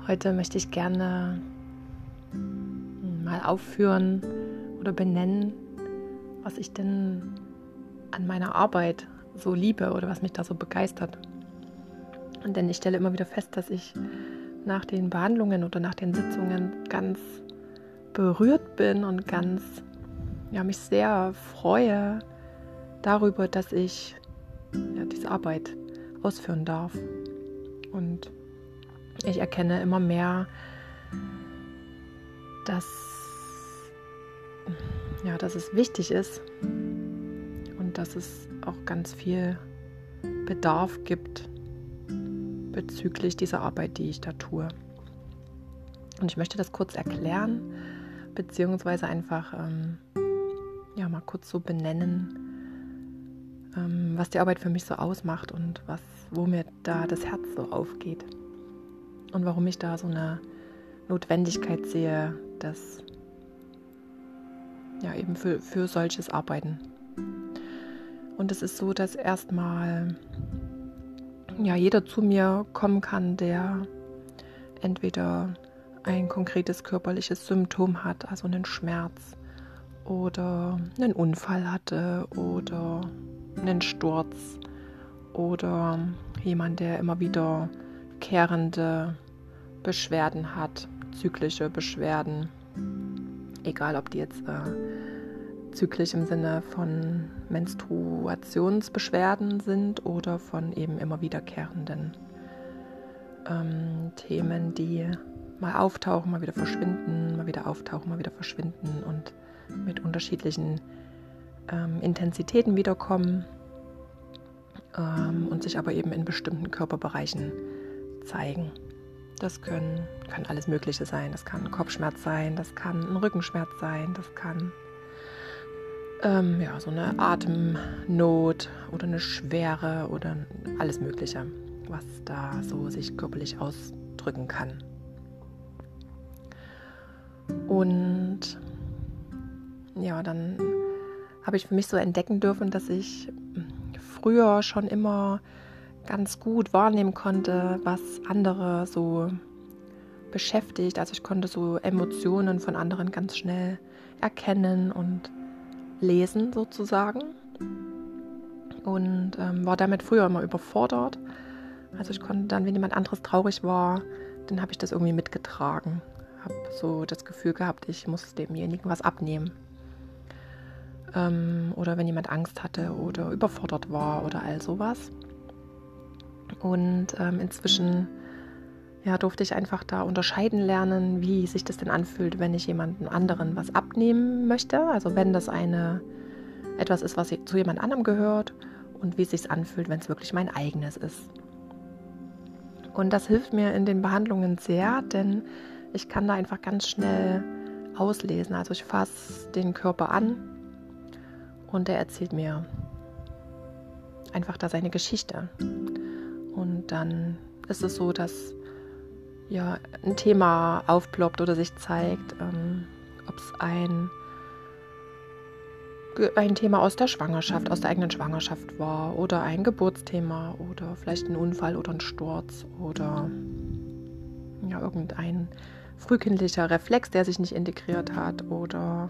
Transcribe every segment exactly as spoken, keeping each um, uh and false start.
Heute möchte ich gerne mal aufführen oder benennen, was ich denn an meiner Arbeit so liebe oder was mich da so begeistert. Und denn ich stelle immer wieder fest, dass ich nach den Behandlungen oder nach den Sitzungen ganz berührt bin und ganz, ja, mich sehr freue darüber, dass ich ja, diese Arbeit ausführen darf. Und ich erkenne immer mehr, dass, ja, dass es wichtig ist und dass es auch ganz viel Bedarf gibt bezüglich dieser Arbeit, die ich da tue. Und ich möchte das kurz erklären, beziehungsweise einfach ähm, ja, mal kurz so benennen, ähm, was die Arbeit für mich so ausmacht und was, wo mir da das Herz so aufgeht. Und warum ich da so eine Notwendigkeit sehe, dass ja eben für, für solches Arbeiten. Und es ist so, dass erstmal ja jeder zu mir kommen kann, der entweder ein konkretes körperliches Symptom hat, also einen Schmerz oder einen Unfall hatte oder einen Sturz oder jemand, der immer wieder kehrende Beschwerden hat, zyklische Beschwerden, egal ob die jetzt äh, zyklisch im Sinne von Menstruationsbeschwerden sind oder von eben immer wiederkehrenden ähm, Themen, die mal auftauchen, mal wieder verschwinden, mal wieder auftauchen, mal wieder verschwinden und mit unterschiedlichen ähm, Intensitäten wiederkommen ähm, und sich aber eben in bestimmten Körperbereichen zeigen. Das können, kann alles Mögliche sein. Das kann ein Kopfschmerz sein, das kann ein Rückenschmerz sein, das kann ähm, ja, so eine Atemnot oder eine Schwere oder alles Mögliche, was da so sich körperlich ausdrücken kann. Und ja, dann habe ich für mich so entdecken dürfen, dass ich früher schon immer ganz gut wahrnehmen konnte, was andere so beschäftigt. Also ich konnte so Emotionen von anderen ganz schnell erkennen und lesen sozusagen. Und ähm, war damit früher immer überfordert. Also ich konnte dann, wenn jemand anderes traurig war, dann habe ich das irgendwie mitgetragen. Habe so das Gefühl gehabt, ich muss demjenigen was abnehmen. Ähm, oder wenn jemand Angst hatte oder überfordert war oder all sowas. Und ähm, inzwischen ja, durfte ich einfach da unterscheiden lernen, wie sich das denn anfühlt, wenn ich jemandem anderen was abnehmen möchte. Also wenn das eine etwas ist, was zu jemand anderem gehört und wie es sich anfühlt, wenn es wirklich mein eigenes ist. Und das hilft mir in den Behandlungen sehr, denn ich kann da einfach ganz schnell auslesen. Also ich fasse den Körper an und der erzählt mir einfach da seine Geschichte. Und dann ist es so, dass ja, ein Thema aufploppt oder sich zeigt, ähm, ob es ein, ein Thema aus der Schwangerschaft, aus der eigenen Schwangerschaft war oder ein Geburtsthema oder vielleicht ein Unfall oder ein Sturz oder ja, irgendein frühkindlicher Reflex, der sich nicht integriert hat oder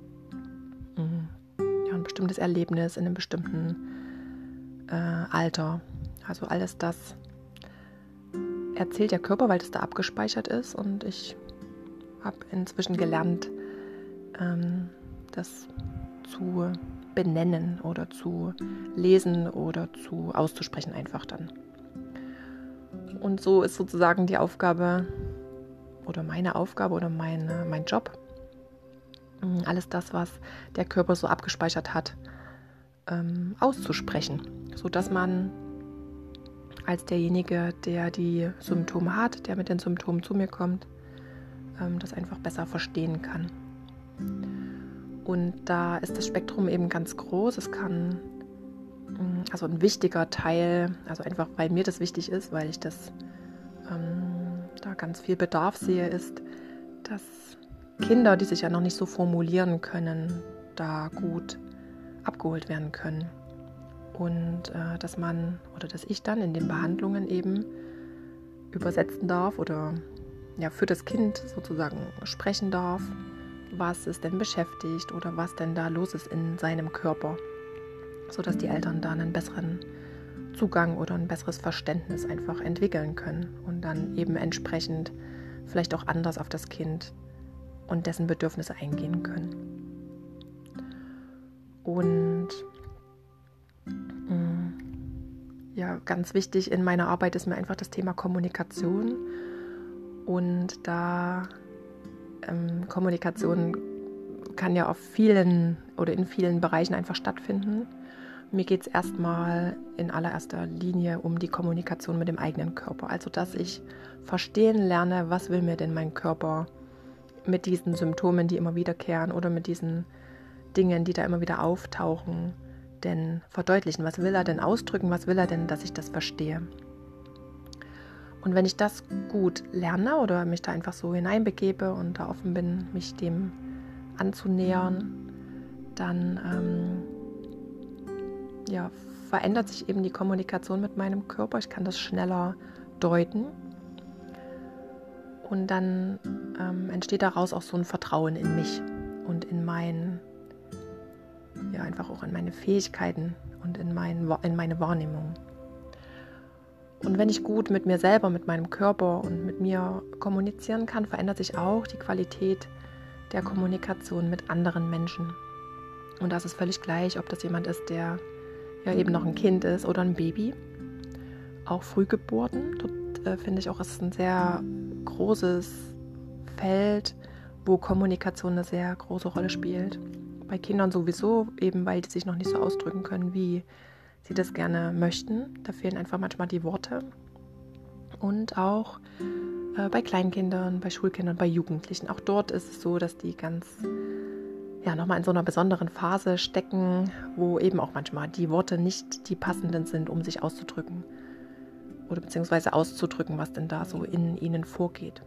mh, ja, ein bestimmtes Erlebnis in einem bestimmten äh, Alter. Also alles das erzählt der Körper, weil das da abgespeichert ist und ich habe inzwischen gelernt, ähm, das zu benennen oder zu lesen oder zu auszusprechen einfach dann. Und so ist sozusagen die Aufgabe oder meine Aufgabe oder meine, mein Job, alles das, was der Körper so abgespeichert hat, ähm, auszusprechen, sodass man als derjenige, der die Symptome hat, der mit den Symptomen zu mir kommt, ähm, das einfach besser verstehen kann. Und da ist das Spektrum eben ganz groß. Es kann, also ein wichtiger Teil, also einfach weil mir das wichtig ist, weil ich das ähm, da ganz viel Bedarf sehe, ist, dass Kinder, die sich ja noch nicht so formulieren können, da gut abgeholt werden können. Und äh, dass man oder dass ich dann in den Behandlungen eben übersetzen darf oder ja, für das Kind sozusagen sprechen darf, was es denn beschäftigt oder was denn da los ist in seinem Körper, sodass die Eltern da einen besseren Zugang oder ein besseres Verständnis einfach entwickeln können und dann eben entsprechend vielleicht auch anders auf das Kind und dessen Bedürfnisse eingehen können. Und mh, ja, ganz wichtig in meiner Arbeit ist mir einfach das Thema Kommunikation. Und da ähm, Kommunikation kann ja auf vielen oder in vielen Bereichen einfach stattfinden. Mir geht es erstmal in allererster Linie um die Kommunikation mit dem eigenen Körper. Also, dass ich verstehen lerne, was will mir denn mein Körper mit diesen Symptomen, die immer wiederkehren oder mit diesen Dingen, die da immer wieder auftauchen, denn verdeutlichen. Was will er denn ausdrücken? Was will er denn, dass ich das verstehe? Und wenn ich das gut lerne oder mich da einfach so hineinbegebe und da offen bin, mich dem anzunähern, dann ähm, ja, verändert sich eben die Kommunikation mit meinem Körper. Ich kann das schneller deuten. Und dann ähm, entsteht daraus auch so ein Vertrauen in mich und in mein, ja, einfach auch in meine Fähigkeiten und in, mein, in meine Wahrnehmung. Und wenn ich gut mit mir selber, mit meinem Körper und mit mir kommunizieren kann, verändert sich auch die Qualität der Kommunikation mit anderen Menschen. Und das ist völlig gleich, ob das jemand ist, der ja eben noch ein Kind ist oder ein Baby. Auch Frühgeburten, dort äh, finde ich auch, ist ein sehr großes Feld, wo Kommunikation eine sehr große Rolle spielt. Bei Kindern sowieso, eben weil die sich noch nicht so ausdrücken können, wie sie das gerne möchten. Da fehlen einfach manchmal die Worte. Und auch äh, bei Kleinkindern, bei Schulkindern, bei Jugendlichen. Auch dort ist es so, dass die ganz, ja, nochmal in so einer besonderen Phase stecken, wo eben auch manchmal die Worte nicht die passenden sind, um sich auszudrücken. Oder beziehungsweise auszudrücken, was denn da so in ihnen vorgeht.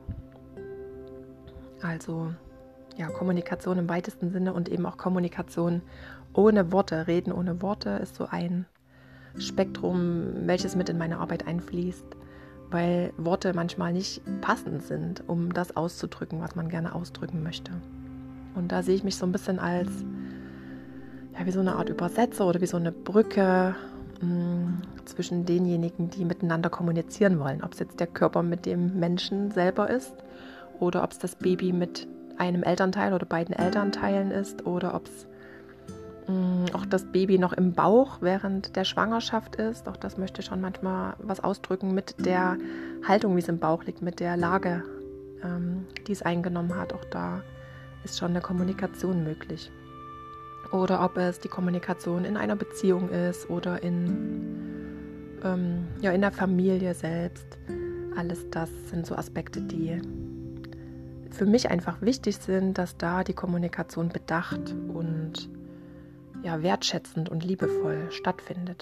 Also, ja, Kommunikation im weitesten Sinne und eben auch Kommunikation ohne Worte. Reden ohne Worte ist so ein Spektrum, welches mit in meine Arbeit einfließt, weil Worte manchmal nicht passend sind, um das auszudrücken, was man gerne ausdrücken möchte. Und da sehe ich mich so ein bisschen als, ja, wie so eine Art Übersetzer oder wie so eine Brücke mh, zwischen denjenigen, die miteinander kommunizieren wollen. Ob es jetzt der Körper mit dem Menschen selber ist oder ob es das Baby mit einem Elternteil oder beiden Elternteilen ist oder ob es auch das Baby noch im Bauch während der Schwangerschaft ist. Auch das möchte schon manchmal was ausdrücken mit der Haltung, wie es im Bauch liegt, mit der Lage, ähm, die es eingenommen hat. Auch da ist schon eine Kommunikation möglich. Oder ob es die Kommunikation in einer Beziehung ist oder in, ähm, ja, in der Familie selbst. Alles das sind so Aspekte, die für mich einfach wichtig sind, dass da die Kommunikation bedacht und ja, wertschätzend und liebevoll stattfindet.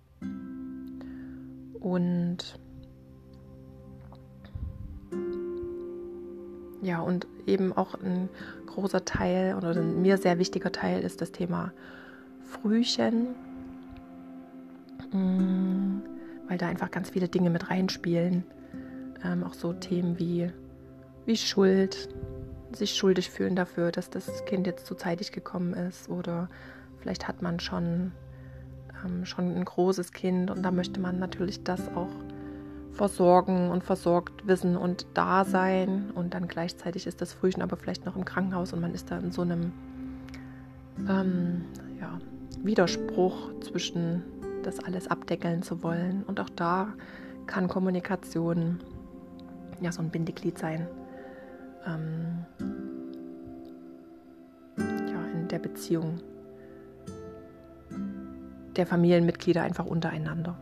Und ja, und eben auch ein großer Teil oder ein mir sehr wichtiger Teil ist das Thema Frühchen, weil da einfach ganz viele Dinge mit reinspielen. Ähm, auch so Themen wie, wie Schuld, sich schuldig fühlen dafür, dass das Kind jetzt zu zeitig gekommen ist oder vielleicht hat man schon, ähm, schon ein großes Kind und da möchte man natürlich das auch versorgen und versorgt wissen und da sein. Und dann gleichzeitig ist das Frühchen aber vielleicht noch im Krankenhaus und man ist da in so einem ähm, ja, Widerspruch zwischen das alles abdeckeln zu wollen. Und auch da kann Kommunikation ja so ein Bindeglied sein. Ähm, ja, in der Beziehung der Familienmitglieder einfach untereinander.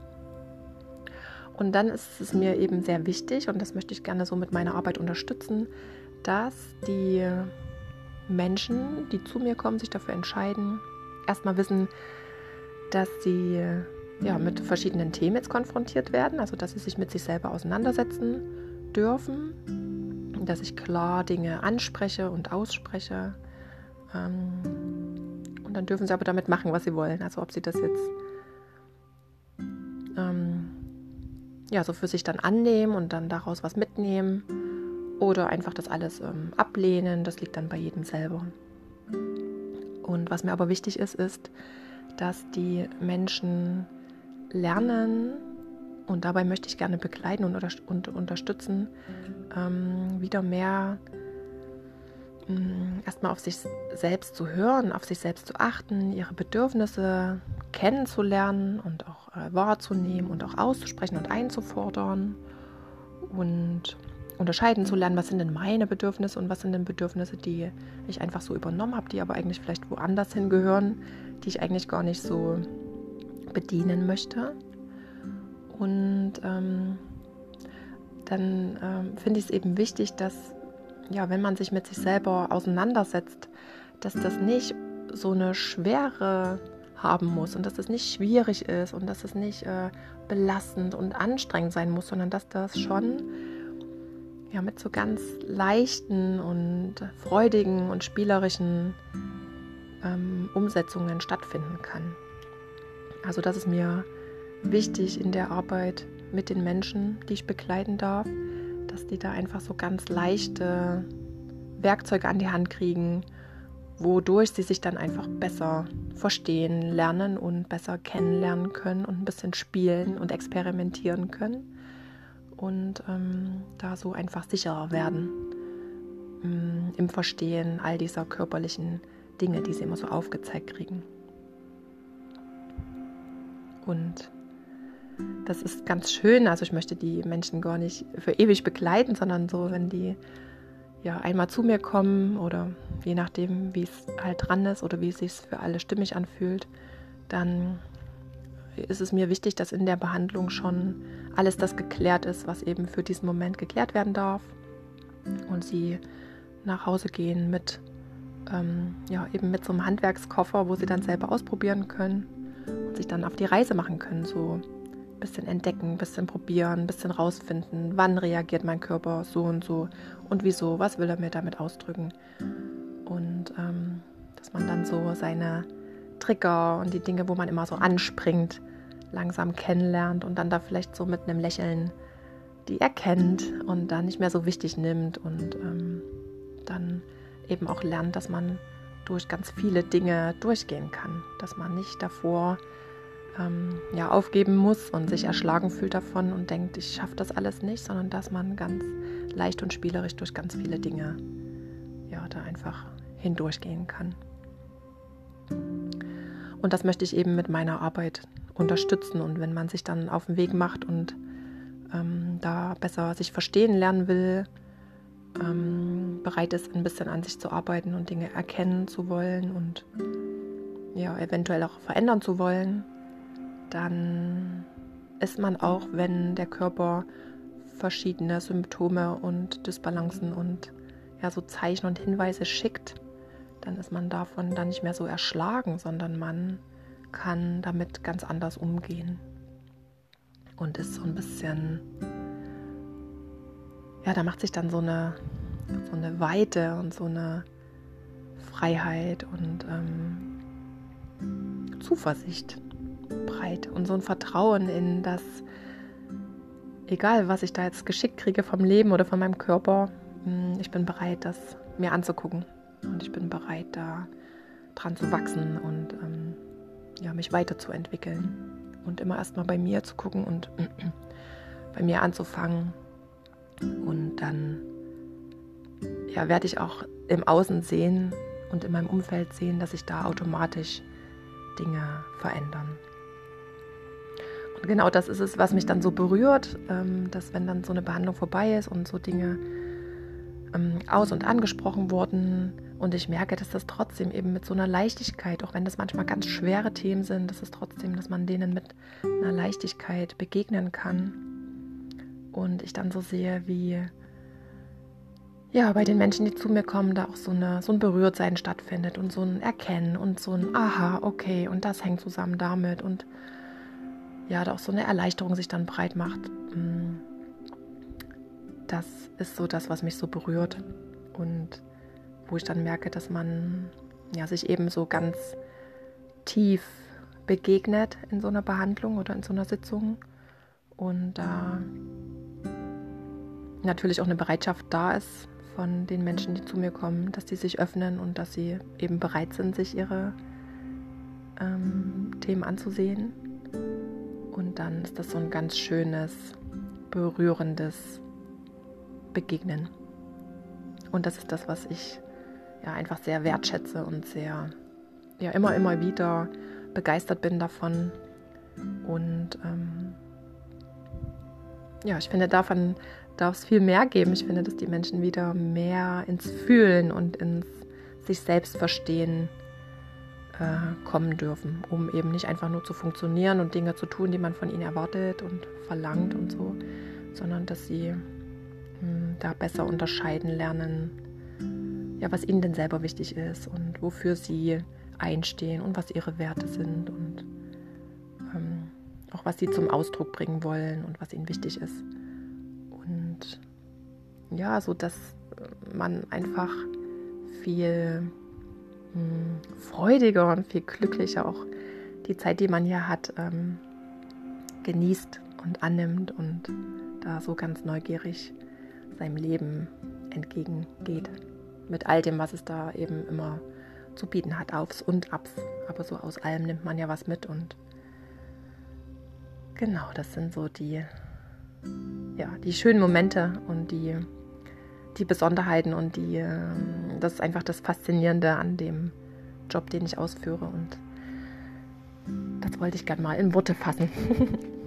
Und dann ist es mir eben sehr wichtig, und das möchte ich gerne so mit meiner Arbeit unterstützen, dass die Menschen, die zu mir kommen, sich dafür entscheiden, erstmal wissen, dass sie ja, mit verschiedenen Themen jetzt konfrontiert werden, also dass sie sich mit sich selber auseinandersetzen dürfen, dass ich klar Dinge anspreche und ausspreche. Ähm, Und dann dürfen sie aber damit machen, was sie wollen. Also ob sie das jetzt ähm, ja, so für sich dann annehmen und dann daraus was mitnehmen oder einfach das alles ähm, ablehnen. Das liegt dann bei jedem selber. Und was mir aber wichtig ist, ist, dass die Menschen lernen, und dabei möchte ich gerne begleiten und, unter- und unterstützen, ähm, wieder mehr mh, erstmal auf sich selbst zu hören, auf sich selbst zu achten, ihre Bedürfnisse kennenzulernen und auch äh, wahrzunehmen und auch auszusprechen und einzufordern und unterscheiden zu lernen, was sind denn meine Bedürfnisse und was sind denn Bedürfnisse, die ich einfach so übernommen habe, die aber eigentlich vielleicht woanders hingehören, die ich eigentlich gar nicht so bedienen möchte. Und ähm, dann ähm, finde ich es eben wichtig, dass, ja, wenn man sich mit sich selber auseinandersetzt, dass das nicht so eine Schwere haben muss und dass das nicht schwierig ist und dass es nicht äh, belastend und anstrengend sein muss, sondern dass das schon ja, mit so ganz leichten und freudigen und spielerischen ähm, Umsetzungen stattfinden kann. Also das ist mir wichtig in der Arbeit mit den Menschen, die ich begleiten darf, dass die da einfach so ganz leichte Werkzeuge an die Hand kriegen, wodurch sie sich dann einfach besser verstehen lernen und besser kennenlernen können und ein bisschen spielen und experimentieren können und ähm, da so einfach sicherer werden ähm, im Verstehen all dieser körperlichen Dinge, die sie immer so aufgezeigt kriegen. Und das ist ganz schön, also ich möchte die Menschen gar nicht für ewig begleiten, sondern so, wenn die ja einmal zu mir kommen oder je nachdem, wie es halt dran ist oder wie es sich für alle stimmig anfühlt, dann ist es mir wichtig, dass in der Behandlung schon alles das geklärt ist, was eben für diesen Moment geklärt werden darf und sie nach Hause gehen mit ähm, ja, eben mit so einem Handwerkskoffer, wo sie dann selber ausprobieren können und sich dann auf die Reise machen können, so ein bisschen entdecken, ein bisschen probieren, ein bisschen rausfinden, wann reagiert mein Körper so und so und wieso, was will er mir damit ausdrücken. Und ähm, dass man dann so seine Trigger und die Dinge, wo man immer so anspringt, langsam kennenlernt und dann da vielleicht so mit einem Lächeln die erkennt und dann nicht mehr so wichtig nimmt und ähm, dann eben auch lernt, dass man durch ganz viele Dinge durchgehen kann, dass man nicht davor ähm, ja, aufgeben muss und sich erschlagen fühlt davon und denkt, ich schaffe das alles nicht, sondern dass man ganz leicht und spielerisch durch ganz viele Dinge ja, da einfach hindurchgehen kann. Und das möchte ich eben mit meiner Arbeit unterstützen. Und wenn man sich dann auf den Weg macht und ähm, da besser sich verstehen lernen will, ähm, bereit ist, ein bisschen an sich zu arbeiten und Dinge erkennen zu wollen und ja, eventuell auch verändern zu wollen, dann ist man auch, wenn der Körper verschiedene Symptome und Dysbalancen und ja, so Zeichen und Hinweise schickt, dann ist man davon dann nicht mehr so erschlagen, sondern man kann damit ganz anders umgehen und ist so ein bisschen, ja, da macht sich dann so eine, so eine Weite und so eine Freiheit und ähm, Zuversicht breit und so ein Vertrauen in das, egal was ich da jetzt geschickt kriege vom Leben oder von meinem Körper, ich bin bereit, das mir anzugucken und ich bin bereit, da dran zu wachsen und ähm, ja, mich weiterzuentwickeln und immer erstmal bei mir zu gucken und bei mir anzufangen und dann ja, werde ich auch im Außen sehen und in meinem Umfeld sehen, dass sich da automatisch Dinge verändern. Und genau das ist es, was mich dann so berührt, ähm, dass wenn dann so eine Behandlung vorbei ist und so Dinge ähm, aus- und angesprochen wurden und ich merke, dass das trotzdem eben mit so einer Leichtigkeit, auch wenn das manchmal ganz schwere Themen sind, dass es trotzdem, dass man denen mit einer Leichtigkeit begegnen kann und ich dann so sehe, wie ja, bei den Menschen, die zu mir kommen, da auch so, eine, so ein Berührtsein stattfindet und so ein Erkennen und so ein Aha, okay, und das hängt zusammen damit und ja, da auch so eine Erleichterung sich dann breit macht. Das ist so das, was mich so berührt und wo ich dann merke, dass man ja, sich eben so ganz tief begegnet in so einer Behandlung oder in so einer Sitzung und da natürlich auch eine Bereitschaft da ist von den Menschen, die zu mir kommen, dass die sich öffnen und dass sie eben bereit sind, sich ihre ähm, Themen anzusehen. Und dann ist das so ein ganz schönes, berührendes Begegnen. Und das ist das, was ich ja einfach sehr wertschätze und sehr, ja immer, immer wieder begeistert bin davon. Und ähm, ja, ich finde, davon darf es viel mehr geben. Ich finde, dass die Menschen wieder mehr ins Fühlen und ins sich selbst verstehen äh, kommen dürfen, um eben nicht einfach nur zu funktionieren und Dinge zu tun, die man von ihnen erwartet und verlangt und so, sondern dass sie mh, da besser unterscheiden lernen, ja, was ihnen denn selber wichtig ist und wofür sie einstehen und was ihre Werte sind und ähm, auch was sie zum Ausdruck bringen wollen und was ihnen wichtig ist. Und ja, so dass man einfach viel mh, freudiger und viel glücklicher auch die Zeit, die man hier hat, ähm, genießt und annimmt und da so ganz neugierig seinem Leben entgegengeht. Mit all dem, was es da eben immer zu bieten hat, Aufs und Abs. Aber so aus allem nimmt man ja was mit und genau, das sind so die, ja, die schönen Momente und die, die Besonderheiten und die, das ist einfach das Faszinierende an dem Job, den ich ausführe und das wollte ich gerne mal in Worte fassen.